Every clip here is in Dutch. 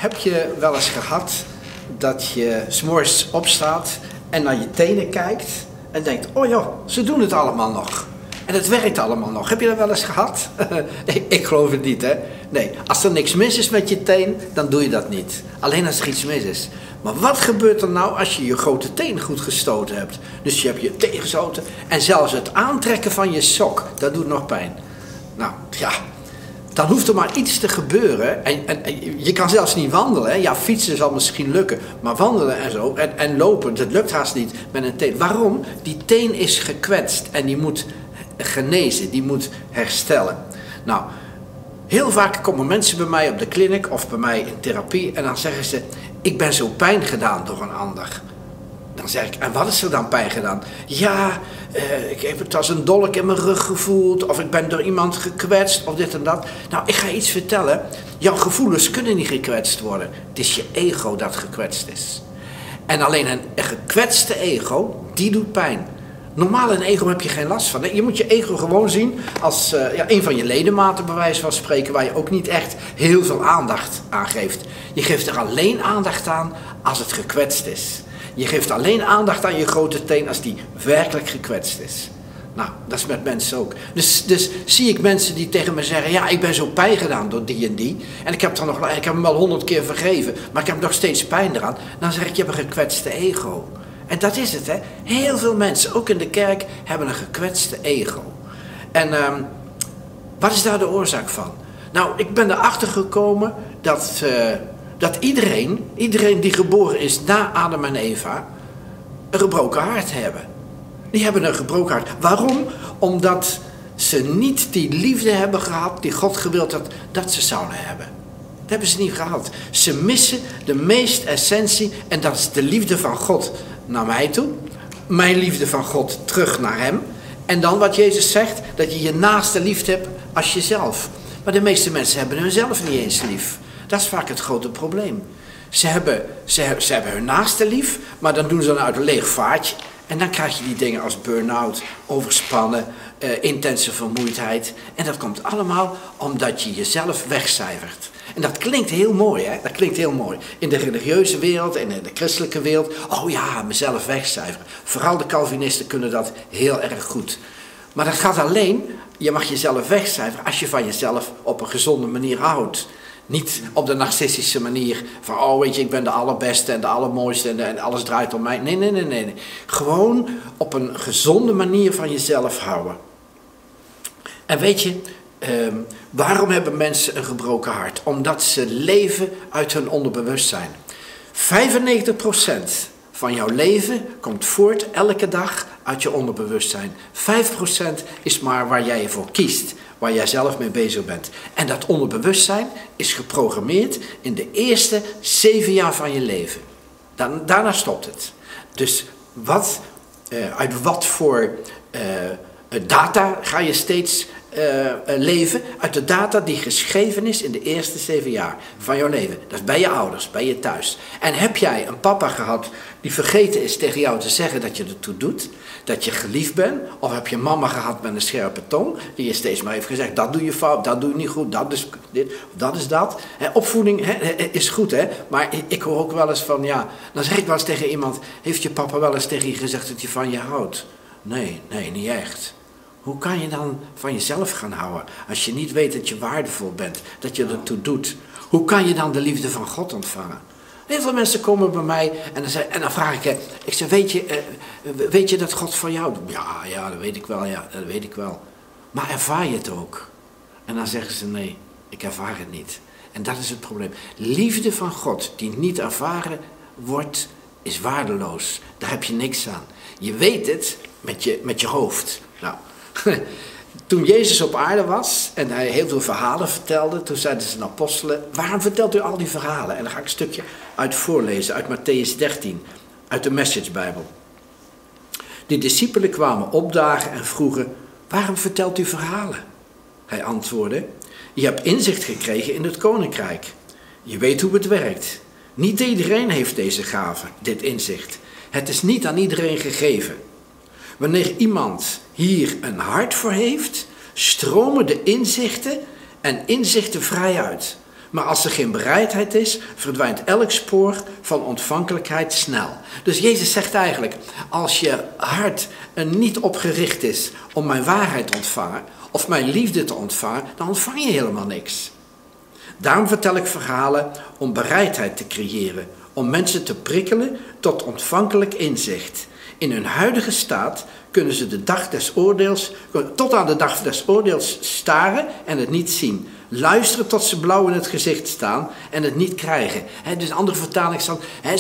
Heb je wel eens gehad dat je 's morgens opstaat en naar je tenen kijkt en denkt, oh joh, ze doen het allemaal nog. En het werkt allemaal nog. Heb je dat wel eens gehad? Ik geloof het niet, hè. Nee, als er niks mis is met je teen, dan doe je dat niet. Alleen als er iets mis is. Maar wat gebeurt er nou als je je grote teen goed gestoten hebt? Dus je hebt je teen gestoten en zelfs het aantrekken van je sok, dat doet nog pijn. Nou, ja, dan hoeft er maar iets te gebeuren. En je kan zelfs niet wandelen. Hè? Ja, fietsen zal misschien lukken. Maar wandelen en zo, en lopen, dat lukt haast niet met een teen. Waarom? Die teen is gekwetst en die moet genezen, die moet herstellen. Nou, heel vaak komen mensen bij mij op de kliniek of bij mij in therapie en dan zeggen ze, ik ben zo pijn gedaan door een ander. Dan zeg ik, en wat is er dan pijn gedaan? Ja, ik heb het als een dolk in mijn rug gevoeld, of ik ben door iemand gekwetst, of dit en dat. Nou, ik ga iets vertellen. Jouw gevoelens kunnen niet gekwetst worden. Het is je ego dat gekwetst is. En alleen een gekwetste ego, die doet pijn. Normaal een ego heb je geen last van. Je moet je ego gewoon zien als een van je ledematen, bij wijze van spreken, waar je ook niet echt heel veel aandacht aan geeft. Je geeft er alleen aandacht aan als het gekwetst is. Je geeft alleen aandacht aan je grote teen als die werkelijk gekwetst is. Nou, dat is met mensen ook. Dus zie ik mensen die tegen me zeggen, ja, ik ben zo pijn gedaan door die en die. En ik heb hem wel 100 keer vergeven, maar ik heb nog steeds pijn eraan. Dan zeg ik, je hebt een gekwetste ego. En dat is het, hè. Heel veel mensen, ook in de kerk, hebben een gekwetste ego. En wat is daar de oorzaak van? Nou, ik ben erachter gekomen dat iedereen die geboren is na Adam en Eva, een gebroken hart hebben. Die hebben een gebroken hart. Waarom? Omdat ze niet die liefde hebben gehad die God gewild had dat ze zouden hebben. Dat hebben ze niet gehad. Ze missen de meest essentie en dat is de liefde van God naar mij toe. Mijn liefde van God terug naar hem. En dan wat Jezus zegt, dat je je naaste lief hebt als jezelf. Maar de meeste mensen hebben hunzelf niet eens lief. Dat is vaak het grote probleem. Ze hebben hun naaste lief, maar dan doen ze dan uit een leeg vaatje. En dan krijg je die dingen als burn-out, overspannen, intense vermoeidheid. En dat komt allemaal omdat je jezelf wegcijfert. En dat klinkt heel mooi, hè? Dat klinkt heel mooi. In de religieuze wereld en in de christelijke wereld. Oh ja, mezelf wegcijferen. Vooral de Calvinisten kunnen dat heel erg goed. Maar dat gaat alleen, je mag jezelf wegcijferen als je van jezelf op een gezonde manier houdt. Niet op de narcistische manier van, oh weet je, ik ben de allerbeste en de allermooiste en alles draait om mij. Nee. Gewoon op een gezonde manier van jezelf houden. En weet je, waarom hebben mensen een gebroken hart? Omdat ze leven uit hun onderbewustzijn. 95% van jouw leven komt voort elke dag uit je onderbewustzijn. 5% is maar waar jij voor kiest. Waar jij zelf mee bezig bent. En dat onderbewustzijn is geprogrammeerd in de eerste 7 jaar van je leven. Daarna stopt het. Dus uit wat voor data ga je steeds leven? Uit de data die geschreven is in de eerste 7 jaar van jouw leven. Dat is bij je ouders, bij je thuis. En heb jij een papa gehad die vergeten is tegen jou te zeggen dat je ertoe doet? Dat je geliefd bent? Of heb je mama gehad met een scherpe tong die je steeds maar heeft gezegd, dat doe je fout, dat doe je niet goed, dat is dit, dat is dat. Opvoeding is goed, hè? Maar ik hoor ook wel eens van, ja, dan zeg ik wel eens tegen iemand, heeft je papa wel eens tegen je gezegd dat hij van je houdt? Nee, niet echt. Hoe kan je dan van jezelf gaan houden als je niet weet dat je waardevol bent, dat je ertoe doet? Hoe kan je dan de liefde van God ontvangen? Heel veel mensen komen bij mij en dan vraag ik zeg, weet je dat God van jou doet? Ja, dat weet ik wel. Maar ervaar je het ook? En dan zeggen ze, nee, ik ervaar het niet. En dat is het probleem. Liefde van God die niet ervaren wordt, is waardeloos. Daar heb je niks aan. Je weet het met je hoofd. Nou, toen Jezus op aarde was en hij heel veel verhalen vertelde, toen zeiden zijn apostelen, waarom vertelt u al die verhalen? En dan ga ik een stukje uit voorlezen, uit Mattheüs 13, uit de Message Bijbel. De discipelen kwamen opdagen en vroegen, waarom vertelt u verhalen? Hij antwoordde, je hebt inzicht gekregen in het koninkrijk. Je weet hoe het werkt. Niet iedereen heeft deze gave, dit inzicht. Het is niet aan iedereen gegeven. Wanneer iemand hier een hart voor heeft, stromen de inzichten vrij uit. Maar als er geen bereidheid is, verdwijnt elk spoor van ontvankelijkheid snel. Dus Jezus zegt eigenlijk, als je hart er niet op gericht is om mijn waarheid te ontvangen, of mijn liefde te ontvangen, dan ontvang je helemaal niks. Daarom vertel ik verhalen om bereidheid te creëren, om mensen te prikkelen tot ontvankelijk inzicht. In hun huidige staat kunnen ze tot aan de dag des oordeels staren en het niet zien. Luisteren tot ze blauw in het gezicht staan en het niet krijgen. Dus een andere vertaling staat,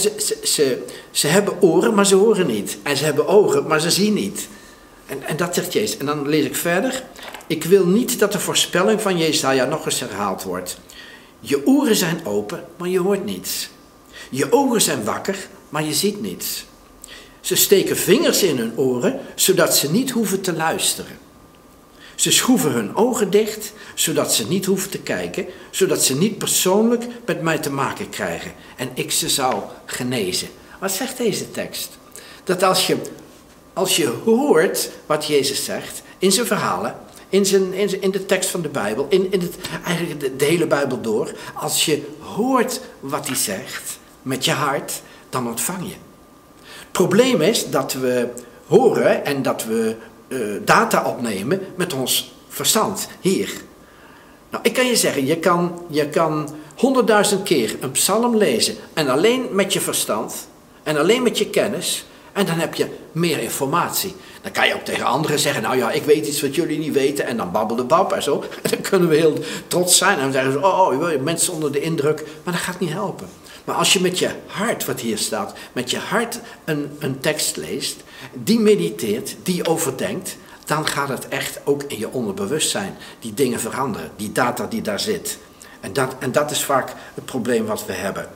ze hebben oren, maar ze horen niet. En ze hebben ogen, maar ze zien niet. En dat zegt Jezus. En dan lees ik verder. Ik wil niet dat de voorspelling van Jesaja nog eens herhaald wordt. Je oren zijn open, maar je hoort niets. Je ogen zijn wakker, maar je ziet niets. Ze steken vingers in hun oren, zodat ze niet hoeven te luisteren. Ze schroeven hun ogen dicht, zodat ze niet hoeven te kijken, zodat ze niet persoonlijk met mij te maken krijgen en ik ze zou genezen. Wat zegt deze tekst? Dat als je hoort wat Jezus zegt in zijn verhalen, in de tekst van de Bijbel, eigenlijk de hele Bijbel door, als je hoort wat hij zegt met je hart, dan ontvang je. Het probleem is dat we horen en dat we data opnemen met ons verstand, hier. Nou, ik kan je zeggen, je kan 100.000 keer een psalm lezen en alleen met je verstand en alleen met je kennis en dan heb je meer informatie. Dan kan je ook tegen anderen zeggen, nou ja, ik weet iets wat jullie niet weten en dan babbel de bab en zo. En dan kunnen we heel trots zijn en dan zeggen ze, mensen onder de indruk, maar dat gaat niet helpen. Maar als je met je hart, wat hier staat, met je hart een tekst leest, die mediteert, die overdenkt, dan gaat het echt ook in je onderbewustzijn die dingen veranderen, die data die daar zit. En dat is vaak het probleem wat we hebben.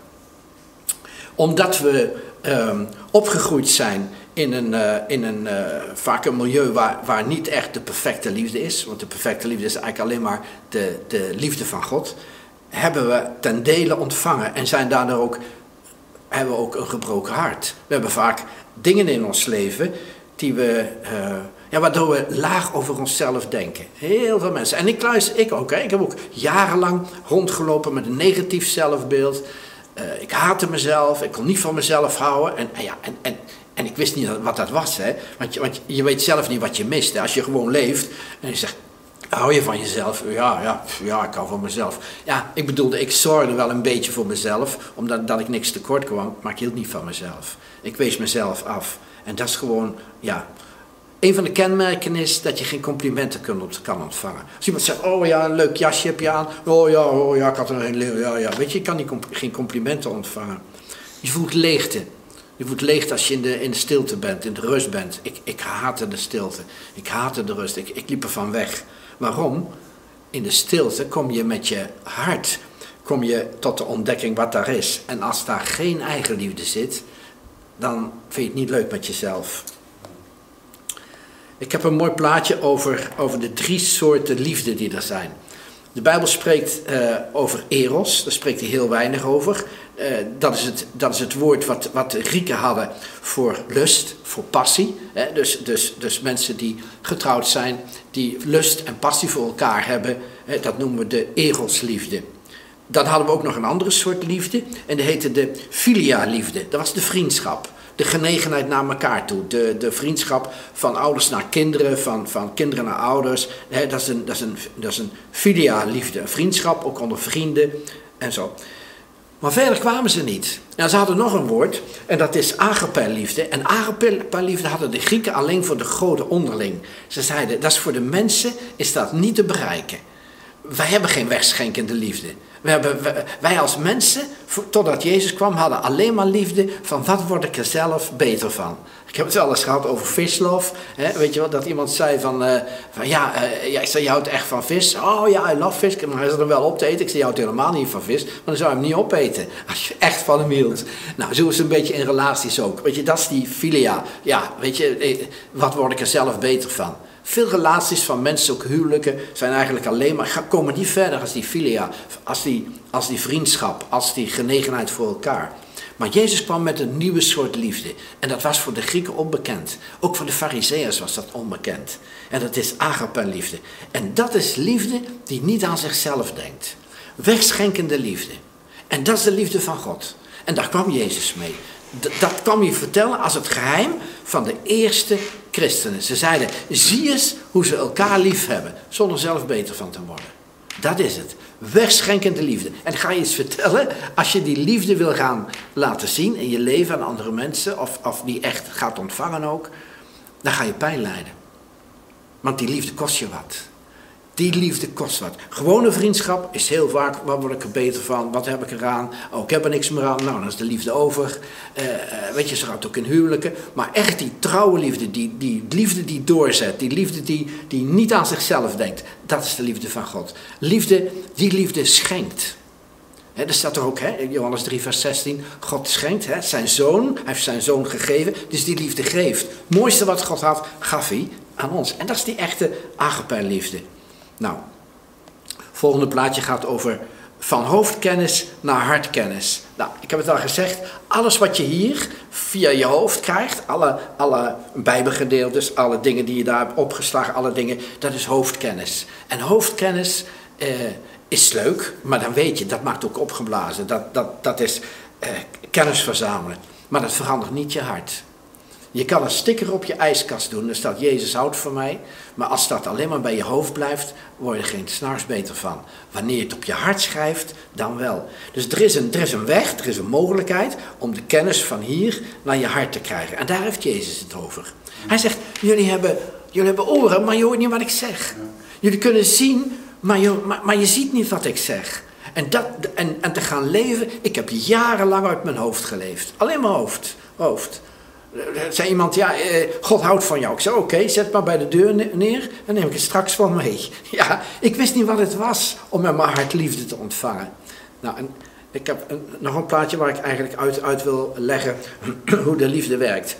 Omdat we opgegroeid zijn in vaak een milieu waar niet echt de perfecte liefde is, want de perfecte liefde is eigenlijk alleen maar de liefde van God, hebben we ten dele ontvangen en zijn daardoor hebben we ook een gebroken hart. We hebben vaak dingen in ons leven die waardoor we laag over onszelf denken. Heel veel mensen. En ik ook. Ik heb ook jarenlang rondgelopen met een negatief zelfbeeld. Ik haatte mezelf, ik kon niet van mezelf houden. En ik wist niet wat dat was. Hè? Want je weet zelf niet wat je mist. Hè? Als je gewoon leeft en je zegt, hou je van jezelf? Ja, ik hou van mezelf. Ja, ik bedoelde, ik zorgde wel een beetje voor mezelf, omdat ik niks tekort kwam, maar ik hield niet van mezelf. Ik wees mezelf af. En dat is gewoon, een van de kenmerken is dat je geen complimenten kan ontvangen. Als iemand zegt, oh ja, een leuk jasje heb je aan. Oh ja, ik had er een leeuw. Weet je kan geen complimenten ontvangen. Je voelt leegte. Je voelt leegte als je in de stilte bent, in de rust bent. Ik haatte de stilte. Ik haatte de rust. Ik liep er van weg. Waarom? In de stilte kom je met je hart, kom je tot de ontdekking wat daar is. En als daar geen eigenliefde zit, dan vind je het niet leuk met jezelf. Ik heb een mooi plaatje over de 3 soorten liefde die er zijn. De Bijbel spreekt over eros, daar spreekt hij heel weinig over. Dat is het woord wat de Grieken hadden voor lust, voor passie. Dus mensen die getrouwd zijn, die lust en passie voor elkaar hebben, dat noemen we de erosliefde. Dan hadden we ook nog een andere soort liefde en die heette de filia-liefde. Dat was de vriendschap. De genegenheid naar elkaar toe. De vriendschap van ouders naar kinderen, van kinderen naar ouders. Dat is een filia-liefde. Een vriendschap, ook onder vrienden en zo. Maar verder kwamen ze niet. En ze hadden nog een woord, en dat is agape-liefde. En agape-liefde hadden de Grieken alleen voor de goden onderling. Ze zeiden, dat is voor de mensen, is dat niet te bereiken. Wij hebben geen wegschenkende liefde. Wij als mensen, totdat Jezus kwam, hadden alleen maar liefde van wat word ik er zelf beter van. Ik heb het wel eens gehad over vislove. Weet je wel, dat iemand zei je houdt echt van vis. Oh ja, I love fish. Maar hij zat er wel op te eten. Ik zei, je houdt helemaal niet van vis. Maar dan zou je hem niet opeten. Als je echt van hem hield. Nou, zo is het een beetje in relaties ook. Weet je, dat is die filia. Ja, weet je, wat word ik er zelf beter van. Veel relaties van mensen, ook huwelijken, zijn eigenlijk alleen maar, komen niet verder als die filia, als die vriendschap, als die genegenheid voor elkaar. Maar Jezus kwam met een nieuwe soort liefde. En dat was voor de Grieken onbekend. Ook voor de Farizeeërs was dat onbekend. En dat is agape-liefde. En dat is liefde die niet aan zichzelf denkt. Wegschenkende liefde. En dat is de liefde van God. En daar kwam Jezus mee. Dat kwam hij vertellen als het geheim van de eerste christenen. Ze zeiden, zie eens hoe ze elkaar lief hebben, zonder zelf beter van te worden. Dat is het. Wegschenkende liefde. En ik ga je iets vertellen, als je die liefde wil gaan laten zien in je leven aan andere mensen, of die echt gaat ontvangen ook, dan ga je pijn lijden. Want die liefde kost je wat. Die liefde kost wat. Gewone vriendschap is heel vaak, waar word ik er beter van? Wat heb ik eraan? Oh, ik heb er niks meer aan. Nou, dan is de liefde over. Weet je, ze gaat ook in huwelijken. Maar echt die trouwe liefde, die liefde die doorzet. Die liefde die niet aan zichzelf denkt. Dat is de liefde van God. Die liefde schenkt. Er staat er ook, Johannes 3 vers 16. God schenkt, zijn zoon. Hij heeft zijn zoon gegeven. Dus die liefde geeft. Het mooiste wat God had, gaf hij aan ons. En dat is die echte agape liefde. Nou, volgende plaatje gaat over van hoofdkennis naar hartkennis. Nou, ik heb het al gezegd, alles wat je hier via je hoofd krijgt, alle bijbelgedeeltes, alle dingen die je daar hebt opgeslagen, alle dingen, dat is hoofdkennis. En hoofdkennis is leuk, maar dan weet je, dat maakt ook opgeblazen. Dat is kennis verzamelen. Maar dat verandert niet je hart. Je kan een sticker op je ijskast doen, er staat Jezus houdt van mij. Maar als dat alleen maar bij je hoofd blijft, word je er geen snaars beter van. Wanneer je het op je hart schrijft, dan wel. Dus er is een weg, er is een mogelijkheid om de kennis van hier naar je hart te krijgen. En daar heeft Jezus het over. Hij zegt, jullie hebben oren, maar je hoort niet wat ik zeg. Jullie kunnen zien, maar je ziet niet wat ik zeg. En te gaan leven, ik heb jarenlang uit mijn hoofd geleefd. Alleen mijn hoofd. Er zei iemand, God houdt van jou. Ik zei, oké, zet maar bij de deur neer en neem ik het straks wel mee. Ja, ik wist niet wat het was om met mijn hart liefde te ontvangen. Nou, en ik heb nog een plaatje waar ik eigenlijk uit wil leggen hoe de liefde werkt.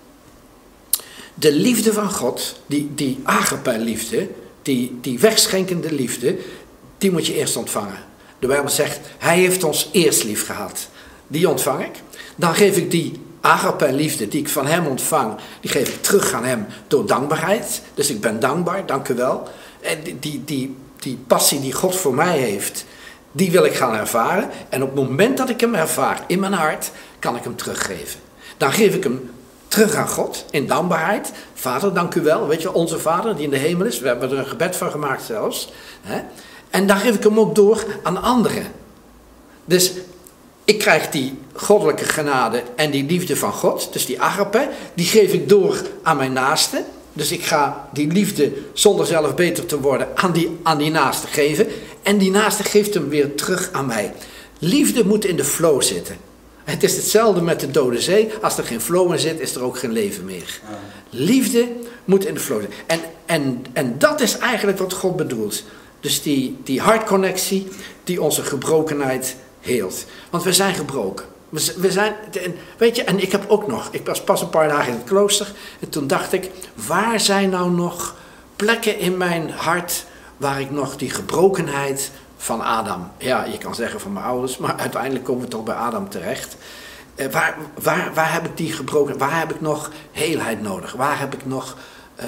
De liefde van God, die agape liefde, die wegschenkende liefde, die moet je eerst ontvangen. De Bijbel zegt, hij heeft ons eerst lief gehad. Die ontvang ik. Dan geef ik die agape liefde die ik van hem ontvang, die geef ik terug aan hem door dankbaarheid. Dus ik ben dankbaar, dank u wel. En die passie die God voor mij heeft, die wil ik gaan ervaren. En op het moment dat ik hem ervaar in mijn hart, kan ik hem teruggeven. Dan geef ik hem terug aan God in dankbaarheid. Vader, dank u wel. Weet je, onze Vader die in de hemel is. We hebben er een gebed van gemaakt zelfs. En dan geef ik hem ook door aan anderen. Dus ik krijg die goddelijke genade en die liefde van God, dus die agape, die geef ik door aan mijn naaste. Dus ik ga die liefde zonder zelf beter te worden aan die naaste geven. En die naaste geeft hem weer terug aan mij. Liefde moet in de flow zitten. Het is hetzelfde met de Dode Zee. Als er geen flow in zit, is er ook geen leven meer. Liefde moet in de flow zitten. En dat is eigenlijk wat God bedoelt. Dus die hartconnectie die onze gebrokenheid heelt. Want we zijn gebroken. We zijn, weet je, en ik was pas een paar dagen in het klooster. En toen dacht ik, waar zijn nou nog plekken in mijn hart waar ik nog die gebrokenheid van Adam. Ja, je kan zeggen van mijn ouders, maar uiteindelijk komen we toch bij Adam terecht. Waar heb ik die gebroken? Waar heb ik nog heelheid nodig? Waar heb ik nog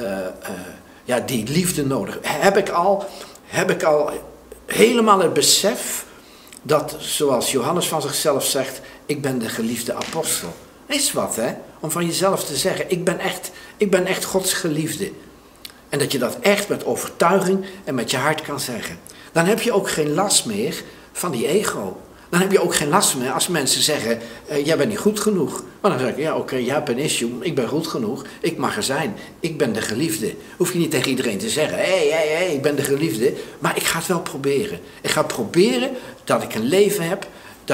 die liefde nodig? Heb ik al helemaal het besef dat, zoals Johannes van zichzelf zegt, ik ben de geliefde apostel. Is wat, hè? Om van jezelf te zeggen, ik ben echt Gods geliefde. En dat je dat echt met overtuiging en met je hart kan zeggen. Dan heb je ook geen last meer van die ego. Dan heb je ook geen last meer als mensen zeggen, jij bent niet goed genoeg. Maar dan zeg ik, ja oké, je hebt een issue, ik ben goed genoeg. Ik mag er zijn, ik ben de geliefde. Hoef je niet tegen iedereen te zeggen, hey, ik ben de geliefde. Maar ik ga het wel proberen. Ik ga proberen dat ik een leven heb,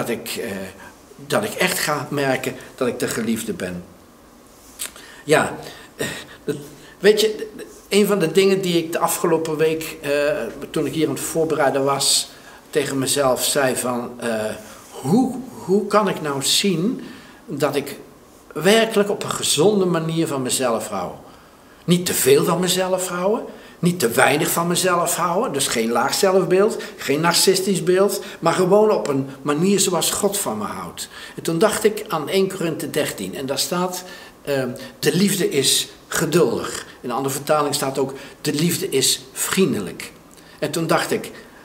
dat ik echt ga merken dat ik de geliefde ben. Ja, weet je, een van de dingen die ik de afgelopen week, toen ik hier aan het voorbereiden was, tegen mezelf zei van, hoe kan ik nou zien dat ik werkelijk op een gezonde manier van mezelf hou? Niet te veel van mezelf houden, niet te weinig van mezelf houden, dus geen laag zelfbeeld, geen narcistisch beeld, maar gewoon op een manier zoals God van me houdt. En toen dacht ik aan 1 Korinthe 13 en daar staat, de liefde is geduldig. In een andere vertaling staat ook, de liefde is vriendelijk. En toen dacht ik,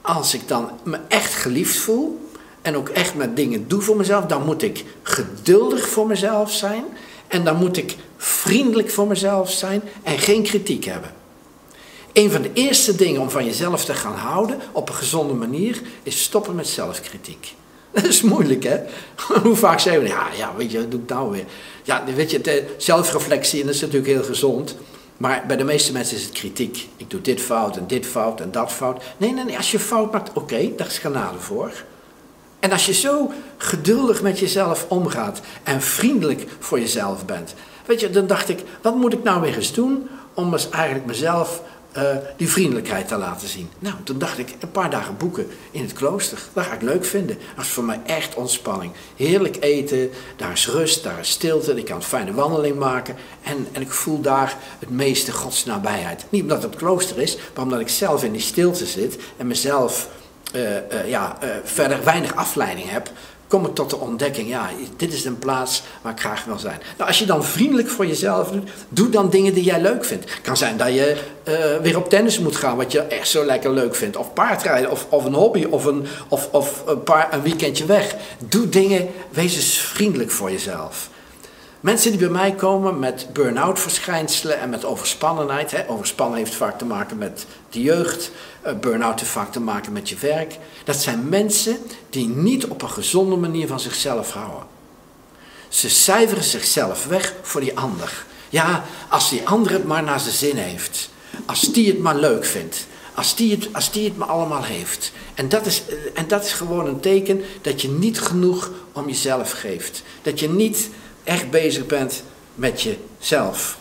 als ik dan me echt geliefd voel en ook echt met dingen doe voor mezelf, dan moet ik geduldig voor mezelf zijn en dan moet ik vriendelijk voor mezelf zijn en geen kritiek hebben. Een van de eerste dingen om van jezelf te gaan houden op een gezonde manier is stoppen met zelfkritiek. Dat is moeilijk, hè? Hoe vaak zeggen we, ja, weet je, wat doe ik nou weer? Ja, weet je, de zelfreflectie, en dat is natuurlijk heel gezond. Maar bij de meeste mensen is het kritiek. Ik doe dit fout en dat fout. Nee, als je fout maakt, oké, daar is genade voor. En als je zo geduldig met jezelf omgaat en vriendelijk voor jezelf bent. Weet je, dan dacht ik, wat moet ik nou weer eens doen om eens eigenlijk mezelf die vriendelijkheid te laten zien. Nou, toen dacht ik, een paar dagen boeken in het klooster. Dat ga ik leuk vinden. Dat is voor mij echt ontspanning. Heerlijk eten, daar is rust, daar is stilte. Ik kan een fijne wandeling maken. En ik voel daar het meeste Gods nabijheid. Niet omdat het klooster is, maar omdat ik zelf in die stilte zit en mezelf verder weinig afleiding heb, kom ik tot de ontdekking, ja, dit is een plaats waar ik graag wil zijn. Nou, als je dan vriendelijk voor jezelf doet, doe dan dingen die jij leuk vindt. Het kan zijn dat je weer op tennis moet gaan, wat je echt zo lekker leuk vindt. Of paardrijden, of een hobby, of een weekendje weg. Doe dingen, wees eens vriendelijk voor jezelf. Mensen die bij mij komen met burn-out verschijnselen en met overspannenheid. Overspannen heeft vaak te maken met de jeugd. Burn-out heeft vaak te maken met je werk. Dat zijn mensen die niet op een gezonde manier van zichzelf houden. Ze cijferen zichzelf weg voor die ander. Ja, als die ander het maar naar zijn zin heeft. Als die het maar leuk vindt. Als die het maar allemaal heeft. En dat is gewoon een teken dat je niet genoeg om jezelf geeft. Dat je niet echt bezig bent met jezelf.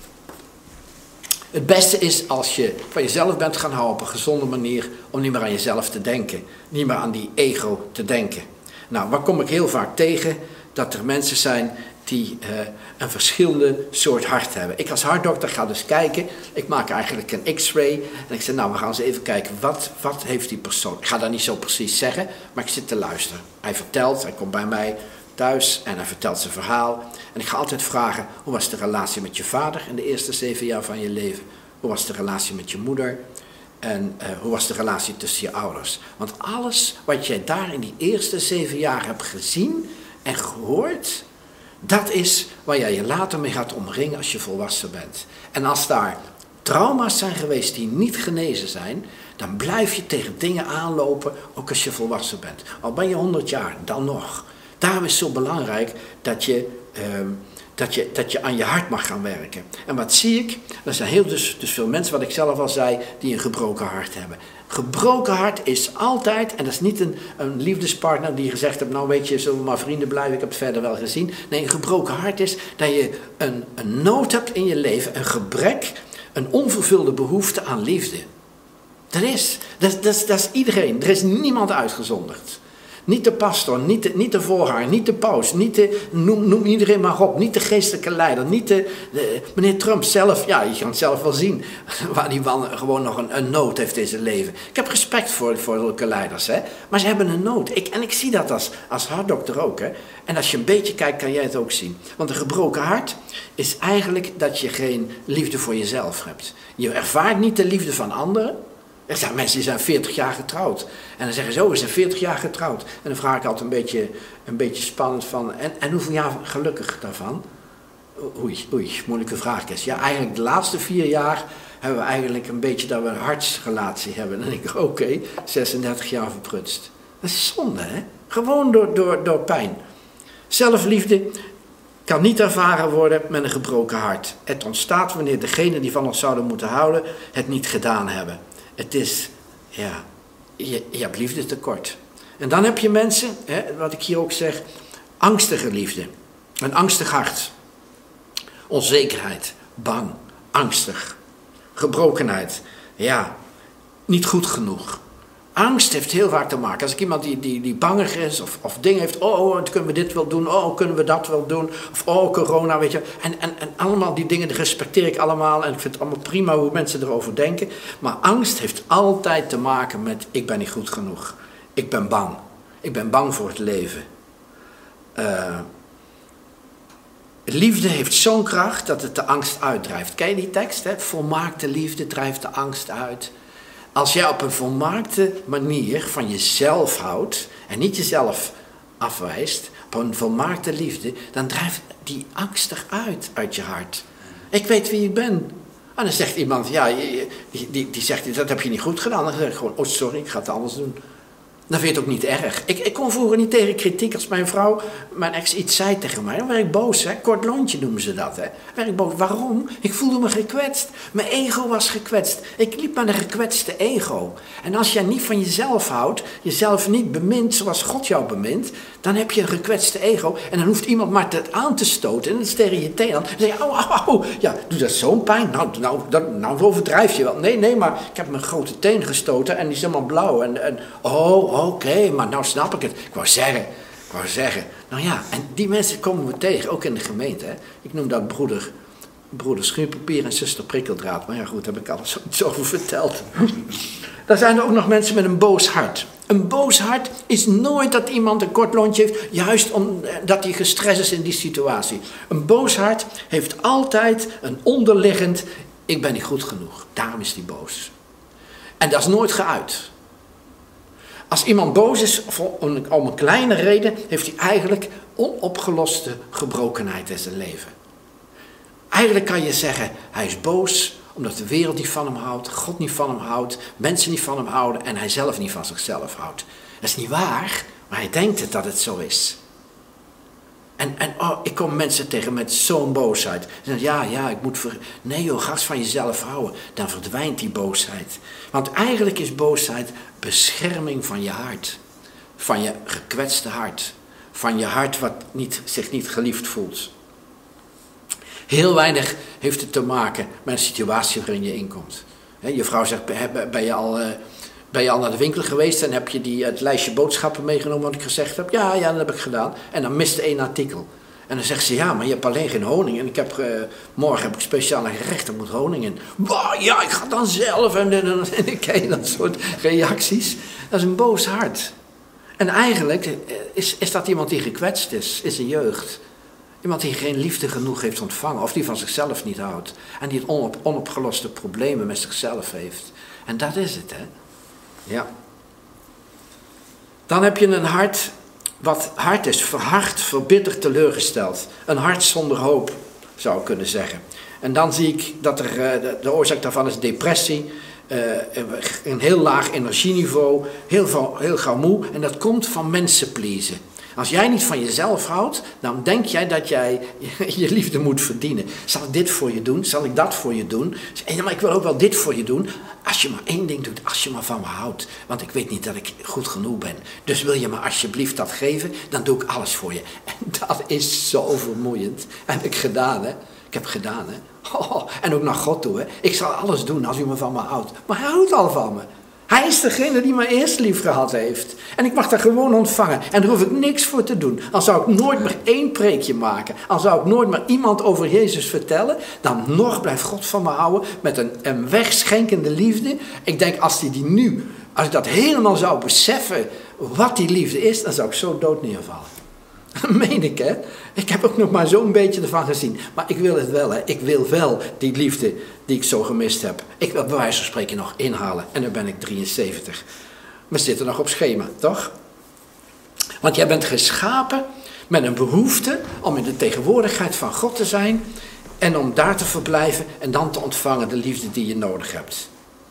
Het beste is als je van jezelf bent gaan houden op een gezonde manier om niet meer aan jezelf te denken. Niet meer aan die ego te denken. Nou, waar kom ik heel vaak tegen? Dat er mensen zijn die een verschillende soort hart hebben. Ik als hartdokter ga dus kijken. Ik maak eigenlijk een x-ray. En ik zeg, nou, we gaan eens even kijken. Wat heeft die persoon? Ik ga dat niet zo precies zeggen, maar ik zit te luisteren. Hij vertelt, hij komt bij mij thuis en hij vertelt zijn verhaal. En ik ga altijd vragen, hoe was de relatie met je vader in de eerste 7 jaar van je leven? Hoe was de relatie met je moeder? En hoe was de relatie tussen je ouders? Want alles wat jij daar in die eerste 7 jaar hebt gezien en gehoord, dat is waar jij je later mee gaat omringen als je volwassen bent. En als daar trauma's zijn geweest die niet genezen zijn, dan blijf je tegen dingen aanlopen, ook als je volwassen bent. Al ben je 100 jaar, dan nog. Daarom is het zo belangrijk dat je aan je hart mag gaan werken. En wat zie ik? Er zijn dus veel mensen, wat ik zelf al zei, die een gebroken hart hebben. Gebroken hart is altijd, en dat is niet een liefdespartner die gezegd heeft, nou weet je, zullen we maar vrienden blijven, ik heb het verder wel gezien. Nee, een gebroken hart is dat je een nood hebt in je leven, een gebrek, een onvervulde behoefte aan liefde. Dat is iedereen, er is niemand uitgezonderd. Niet de pastor, niet de voorganger, niet de paus, noem iedereen maar op, niet de geestelijke leider, niet meneer Trump zelf. Ja, je kan het zelf wel zien, waar die man gewoon nog een nood heeft in zijn leven. Ik heb respect voor zulke leiders, hè? Maar ze hebben een nood. Ik zie dat als hartdokter ook. Hè? En als je een beetje kijkt, kan jij het ook zien. Want een gebroken hart is eigenlijk dat je geen liefde voor jezelf hebt. Je ervaart niet de liefde van anderen. Er zijn mensen die zijn 40 jaar getrouwd. En dan zeggen ze, we zijn 40 jaar getrouwd. En dan vraag ik altijd een beetje spannend van, en hoeveel jaar gelukkig daarvan? Oei, moeilijke vraag. Ja, eigenlijk de laatste 4 jaar hebben we eigenlijk een beetje dat we een hartsrelatie hebben. En dan denk ik, oké, 36 jaar verprutst. Dat is zonde, hè? Gewoon door pijn. Zelfliefde kan niet ervaren worden met een gebroken hart. Het ontstaat wanneer degenen die van ons zouden moeten houden, het niet gedaan hebben. Het is, ja, je hebt liefde tekort. En dan heb je mensen, wat ik hier ook zeg, angstige liefde. Een angstig hart. Onzekerheid, bang, angstig. Gebrokenheid, ja, niet goed genoeg. Angst heeft heel vaak te maken. Als ik iemand die bangig is of dingen heeft, kunnen we dit wel doen, kunnen we dat wel doen, of corona, weet je. En allemaal die dingen, die respecteer ik allemaal en ik vind het allemaal prima hoe mensen erover denken. Maar angst heeft altijd te maken met, ik ben niet goed genoeg. Ik ben bang. Ik ben bang voor het leven. Liefde heeft zo'n kracht dat het de angst uitdrijft. Ken je die tekst? Hè? Volmaakte liefde drijft de angst uit. Als jij op een volmaakte manier van jezelf houdt en niet jezelf afwijst, op een volmaakte liefde, dan drijft die angst eruit uit je hart. Ik weet wie ik ben. En dan zegt iemand, ja, die zegt, dat heb je niet goed gedaan. Dan zeg ik gewoon, oh sorry, ik ga het anders doen. Dan vind je het ook niet erg. Ik kon vroeger niet tegen kritiek als mijn ex iets zei tegen mij. Dan werd ik boos, hè. Kort lontje noemen ze dat, hè. Dan werd ik boos. Waarom? Ik voelde me gekwetst. Mijn ego was gekwetst. Ik liep met een gekwetste ego. En als jij niet van jezelf houdt, jezelf niet bemint zoals God jou bemint, dan heb je een gekwetste ego. En dan hoeft iemand maar het aan te stoten. En dat is tegen je teen aan. Dan zeg je, au. Ja, doet dat zo'n pijn? Nou overdrijf je wel. Nee, maar ik heb mijn grote teen gestoten en die is helemaal blauw. Oké, maar nou snap ik het. Ik wou zeggen. Nou ja, en die mensen komen we tegen, ook in de gemeente. Hè? Ik noem dat broeder schuurpapier en zuster prikkeldraad. Maar ja goed, daar heb ik al zoiets over verteld. Dan zijn er ook nog mensen met een boos hart. Een boos hart is nooit dat iemand een kort lontje heeft, juist omdat hij gestrest is in die situatie. Een boos hart heeft altijd een onderliggend, ik ben niet goed genoeg. Daarom is hij boos. En dat is nooit geuit. Als iemand boos is om een kleine reden, heeft hij eigenlijk onopgeloste gebrokenheid in zijn leven. Eigenlijk kan je zeggen, hij is boos omdat de wereld niet van hem houdt, God niet van hem houdt, mensen niet van hem houden en hij zelf niet van zichzelf houdt. Dat is niet waar, maar hij denkt dat het zo is. En ik kom mensen tegen met zo'n boosheid. Ze zeggen, ja, ik moet... Nee joh, ga eens van jezelf houden. Dan verdwijnt die boosheid. Want eigenlijk is boosheid bescherming van je hart. Van je gekwetste hart. Van je hart wat zich niet geliefd voelt. Heel weinig heeft het te maken met een situatie waarin je inkomt. Je vrouw zegt, ben je al naar de winkel geweest en heb je het lijstje boodschappen meegenomen wat ik gezegd heb? Ja, dat heb ik gedaan. En dan miste 1 artikel. En dan zegt ze, ja, maar je hebt alleen geen honing. En morgen heb ik speciaal een gerecht, er moet honing in. Wow, ja, ik ga dan zelf. En ik ken dat soort reacties. Dat is een boos hart. En eigenlijk is dat iemand die gekwetst is in zijn jeugd. Iemand die geen liefde genoeg heeft ontvangen. Of die van zichzelf niet houdt. En die onopgeloste problemen met zichzelf heeft. En dat is het, hè. Ja. Dan heb je een hart wat hard is, verhard, verbitterd, teleurgesteld. Een hart zonder hoop, zou ik kunnen zeggen. En dan zie ik dat de oorzaak daarvan is depressie, een heel laag energieniveau, heel gauw moe. En dat komt van mensen pleasen. Als jij niet van jezelf houdt, dan denk jij dat jij je liefde moet verdienen. Zal ik dit voor je doen? Zal ik dat voor je doen? Ja, maar ik wil ook wel dit voor je doen. Als je maar 1 ding doet, als je maar van me houdt. Want ik weet niet dat ik goed genoeg ben. Dus wil je me alsjeblieft dat geven, dan doe ik alles voor je. En dat is zo vermoeiend. Heb ik gedaan, hè? Ik heb gedaan, hè? En ook naar God toe, hè? Ik zal alles doen als u me van me houdt. Maar hij houdt al van me. Hij is degene die me eerst lief gehad heeft. En ik mag dat gewoon ontvangen. En daar hoef ik niks voor te doen. Al zou ik nooit meer 1 preekje maken. Al zou ik nooit meer iemand over Jezus vertellen. Dan nog blijft God van me houden met een wegschenkende liefde. Ik denk als ik dat helemaal zou beseffen wat die liefde is, dan zou ik zo dood neervallen. Dat meen ik, hè. Ik heb ook nog maar zo'n beetje ervan gezien. Maar ik wil het wel, hè. Ik wil wel die liefde die ik zo gemist heb. Ik wil bij wijze van spreken nog inhalen. En dan ben ik 73. We zitten nog op schema, toch? Want jij bent geschapen met een behoefte om in de tegenwoordigheid van God te zijn. En om daar te verblijven en dan te ontvangen de liefde die je nodig hebt.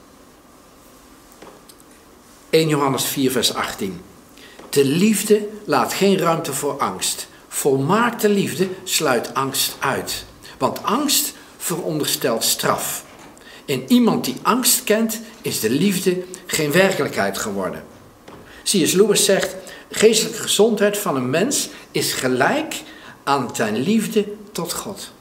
1 Johannes 4 vers 18. De liefde laat geen ruimte voor angst. Volmaakte liefde sluit angst uit. Want angst veronderstelt straf. In iemand die angst kent, is de liefde geen werkelijkheid geworden. C.S. Lewis zegt, geestelijke gezondheid van een mens is gelijk aan zijn liefde tot God.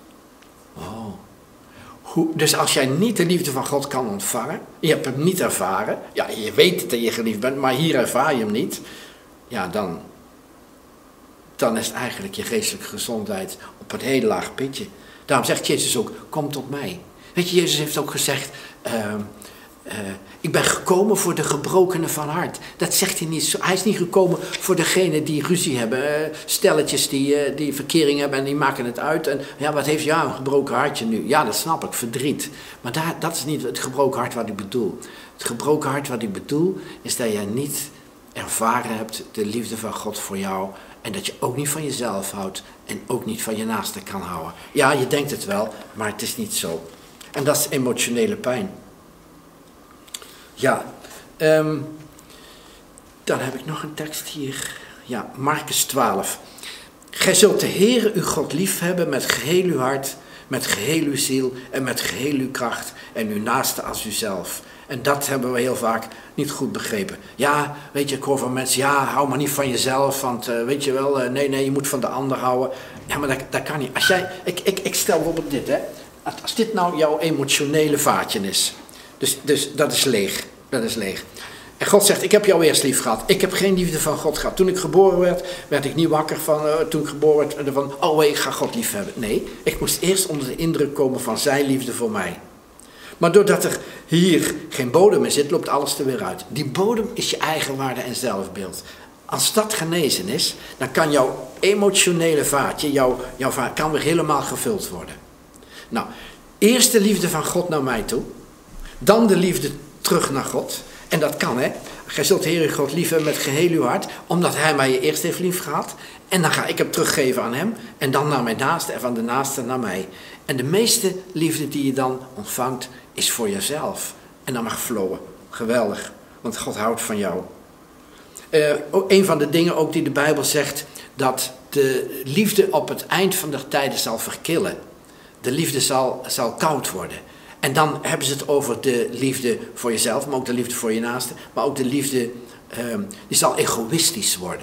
Dus als jij niet de liefde van God kan ontvangen, je hebt hem niet ervaren, ja, je weet dat je geliefd bent, maar hier ervaar je hem niet, ja, dan is het eigenlijk je geestelijke gezondheid op een heel laag pitje. Daarom zegt Jezus ook, kom tot mij. Weet je, Jezus heeft ook gezegd, Ik ben gekomen voor de gebrokenen van hart. Dat zegt hij niet. Hij is niet gekomen voor degenen die ruzie hebben. Stelletjes die verkering hebben en die maken het uit. En ja, wat heeft jou een gebroken hartje nu? Ja, dat snap ik, verdriet. Maar dat is niet het gebroken hart wat ik bedoel. Het gebroken hart wat ik bedoel is dat jij niet ervaren hebt de liefde van God voor jou. En dat je ook niet van jezelf houdt en ook niet van je naaste kan houden. Ja, je denkt het wel, maar het is niet zo. En dat is emotionele pijn. Ja, dan heb ik nog een tekst hier. Ja, Markus 12. Gij zult de Heere uw God lief hebben met geheel uw hart, met geheel uw ziel en met geheel uw kracht en uw naaste als uzelf. En dat hebben we heel vaak niet goed begrepen. Ja, weet je, ik hoor van mensen, ja, hou maar niet van jezelf, want weet je wel, nee, je moet van de ander houden. Ja, maar dat kan niet. Als jij, ik stel bijvoorbeeld dit, hè. Als dit nou jouw emotionele vaatje is, dus dat is leeg. Dat is leeg. En God zegt, ik heb jou eerst lief gehad. Ik heb geen liefde van God gehad. Toen ik geboren werd ik niet wakker van, toen ik geboren werd, van, ik ga God lief hebben. Nee, ik moest eerst onder de indruk komen van zijn liefde voor mij. Maar doordat er hier geen bodem in zit, loopt alles er weer uit. Die bodem is je eigenwaarde en zelfbeeld. Als dat genezen is, dan kan jouw emotionele vaatje, jouw vaatje, kan weer helemaal gevuld worden. Nou, eerst de liefde van God naar mij toe. Dan de liefde terug naar God. En dat kan, hè. Gij zult de Heer God lief hebben met geheel uw hart, omdat hij mij eerst heeft lief gehad. En dan ga ik hem teruggeven aan hem. En dan naar mijn naaste en van de naaste naar mij. En de meeste liefde die je dan ontvangt, is voor jezelf. En dan mag flowen. Geweldig. Want God houdt van jou. Een van de dingen ook die de Bijbel zegt, dat de liefde op het eind van de tijden zal verkillen. De liefde zal koud worden. En dan hebben ze het over de liefde voor jezelf, maar ook de liefde voor je naaste. Maar ook de liefde, die zal egoïstisch worden.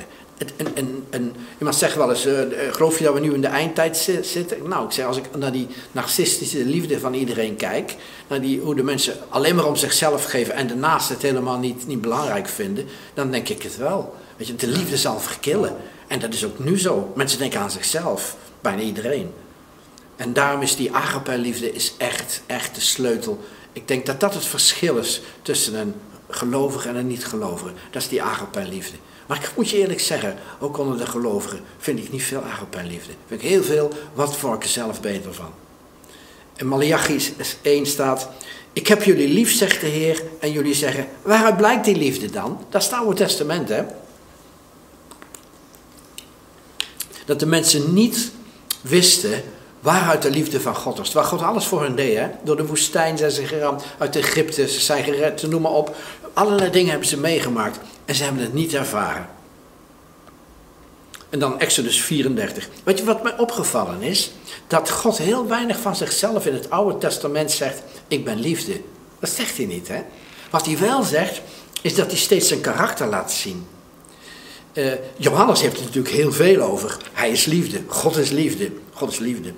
Iemand zegt wel eens, geloof je dat we nu in de eindtijd zitten? Nou, ik zeg, als ik naar die narcistische liefde van iedereen kijk, naar hoe de mensen alleen maar om zichzelf geven en de naaste het helemaal niet belangrijk vinden, dan denk ik het wel. Weet je, de liefde zal verkillen. En dat is ook nu zo. Mensen denken aan zichzelf, bijna iedereen. En daarom is die agape-liefde echt de sleutel. Ik denk dat dat het verschil is tussen een gelovige en een niet-gelovige. Dat is die agape-liefde. Maar ik moet je eerlijk zeggen, ook onder de gelovigen vind ik niet veel agape-liefde. Vind ik heel veel, wat word ik er zelf beter van. In Maleachi 1 staat, ik heb jullie lief, zegt de Heer, en jullie zeggen, waaruit blijkt die liefde dan? Dat is het Oude Testament, hè. Dat de mensen niet wisten waaruit de liefde van God was. Waar God alles voor hen deed. Hè? Door de woestijn zijn ze geramd. Uit Egypte. Ze zijn gered. Noem maar op. Allerlei dingen hebben ze meegemaakt. En ze hebben het niet ervaren. En dan Exodus 34. Weet je wat mij opgevallen is? Dat God heel weinig van zichzelf in het Oude Testament zegt. Ik ben liefde. Dat zegt hij niet. Hè? Wat hij wel zegt. Is dat hij steeds zijn karakter laat zien. Johannes heeft er natuurlijk heel veel over. Hij is liefde. God is liefde. God is liefde.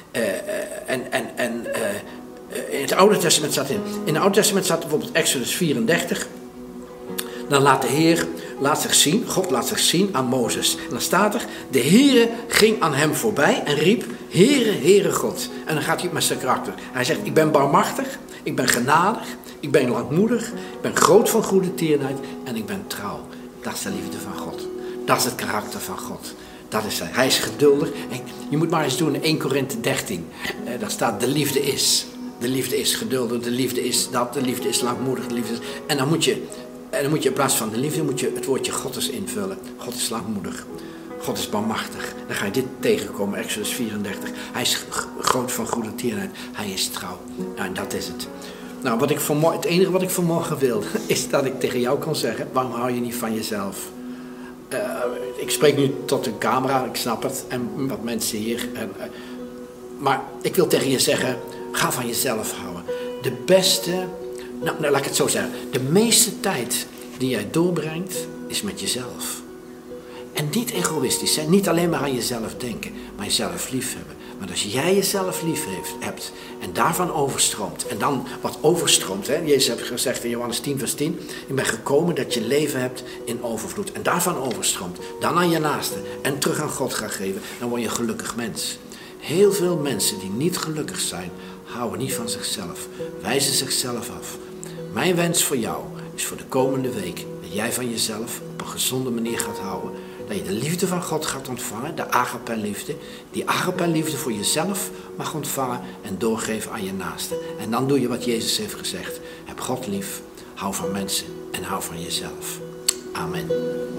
In het Oude Testament staat in het Oude Testament staat bijvoorbeeld Exodus 34. Dan laat de Heer zich zien. God laat zich zien aan Mozes. En dan staat er, de Heere ging aan hem voorbij en riep, Heere, Heere God. En dan gaat hij met zijn karakter. Hij zegt, ik ben barmhartig, ik ben genadig, ik ben langmoedig, ik ben groot van goede tierenheid en ik ben trouw. Dat is de liefde van God. Dat is het karakter van God. Dat is hij. Hij is geduldig. Je moet maar eens doen in 1 Korinthe 13. Daar staat de liefde is. De liefde is geduldig. De liefde is dat. De liefde is langmoedig. De liefde is... En dan moet je in plaats van de liefde moet je het woordje God is invullen. God is langmoedig. God is barmhartig. Dan ga je dit tegenkomen. Exodus 34. Hij is groot van goede tierenheid. Hij is trouw. Nou, en dat is het. Nou, het enige wat ik vanmorgen wil, is dat ik tegen jou kan zeggen, waarom hou je niet van jezelf? Ik spreek nu tot de camera, ik snap het, en wat mensen hier. Maar ik wil tegen je zeggen, ga van jezelf houden. De beste, nou laat ik het zo zeggen, de meeste tijd die jij doorbrengt, is met jezelf. En niet egoïstisch zijn, niet alleen maar aan jezelf denken, maar jezelf lief hebben. Maar als jij jezelf lief hebt en daarvan overstroomt, en dan wat overstroomt, hè? Jezus heeft gezegd in Johannes 10 vers 10, ik ben gekomen dat je leven hebt in overvloed. En daarvan overstroomt, dan aan je naaste en terug aan God gaat geven, dan word je een gelukkig mens. Heel veel mensen die niet gelukkig zijn, houden niet van zichzelf, wijzen zichzelf af. Mijn wens voor jou is voor de komende week dat jij van jezelf op een gezonde manier gaat houden. Dat je de liefde van God gaat ontvangen, de agape-liefde. Die agape-liefde voor jezelf mag ontvangen en doorgeven aan je naaste. En dan doe je wat Jezus heeft gezegd. Heb God lief, hou van mensen en hou van jezelf. Amen.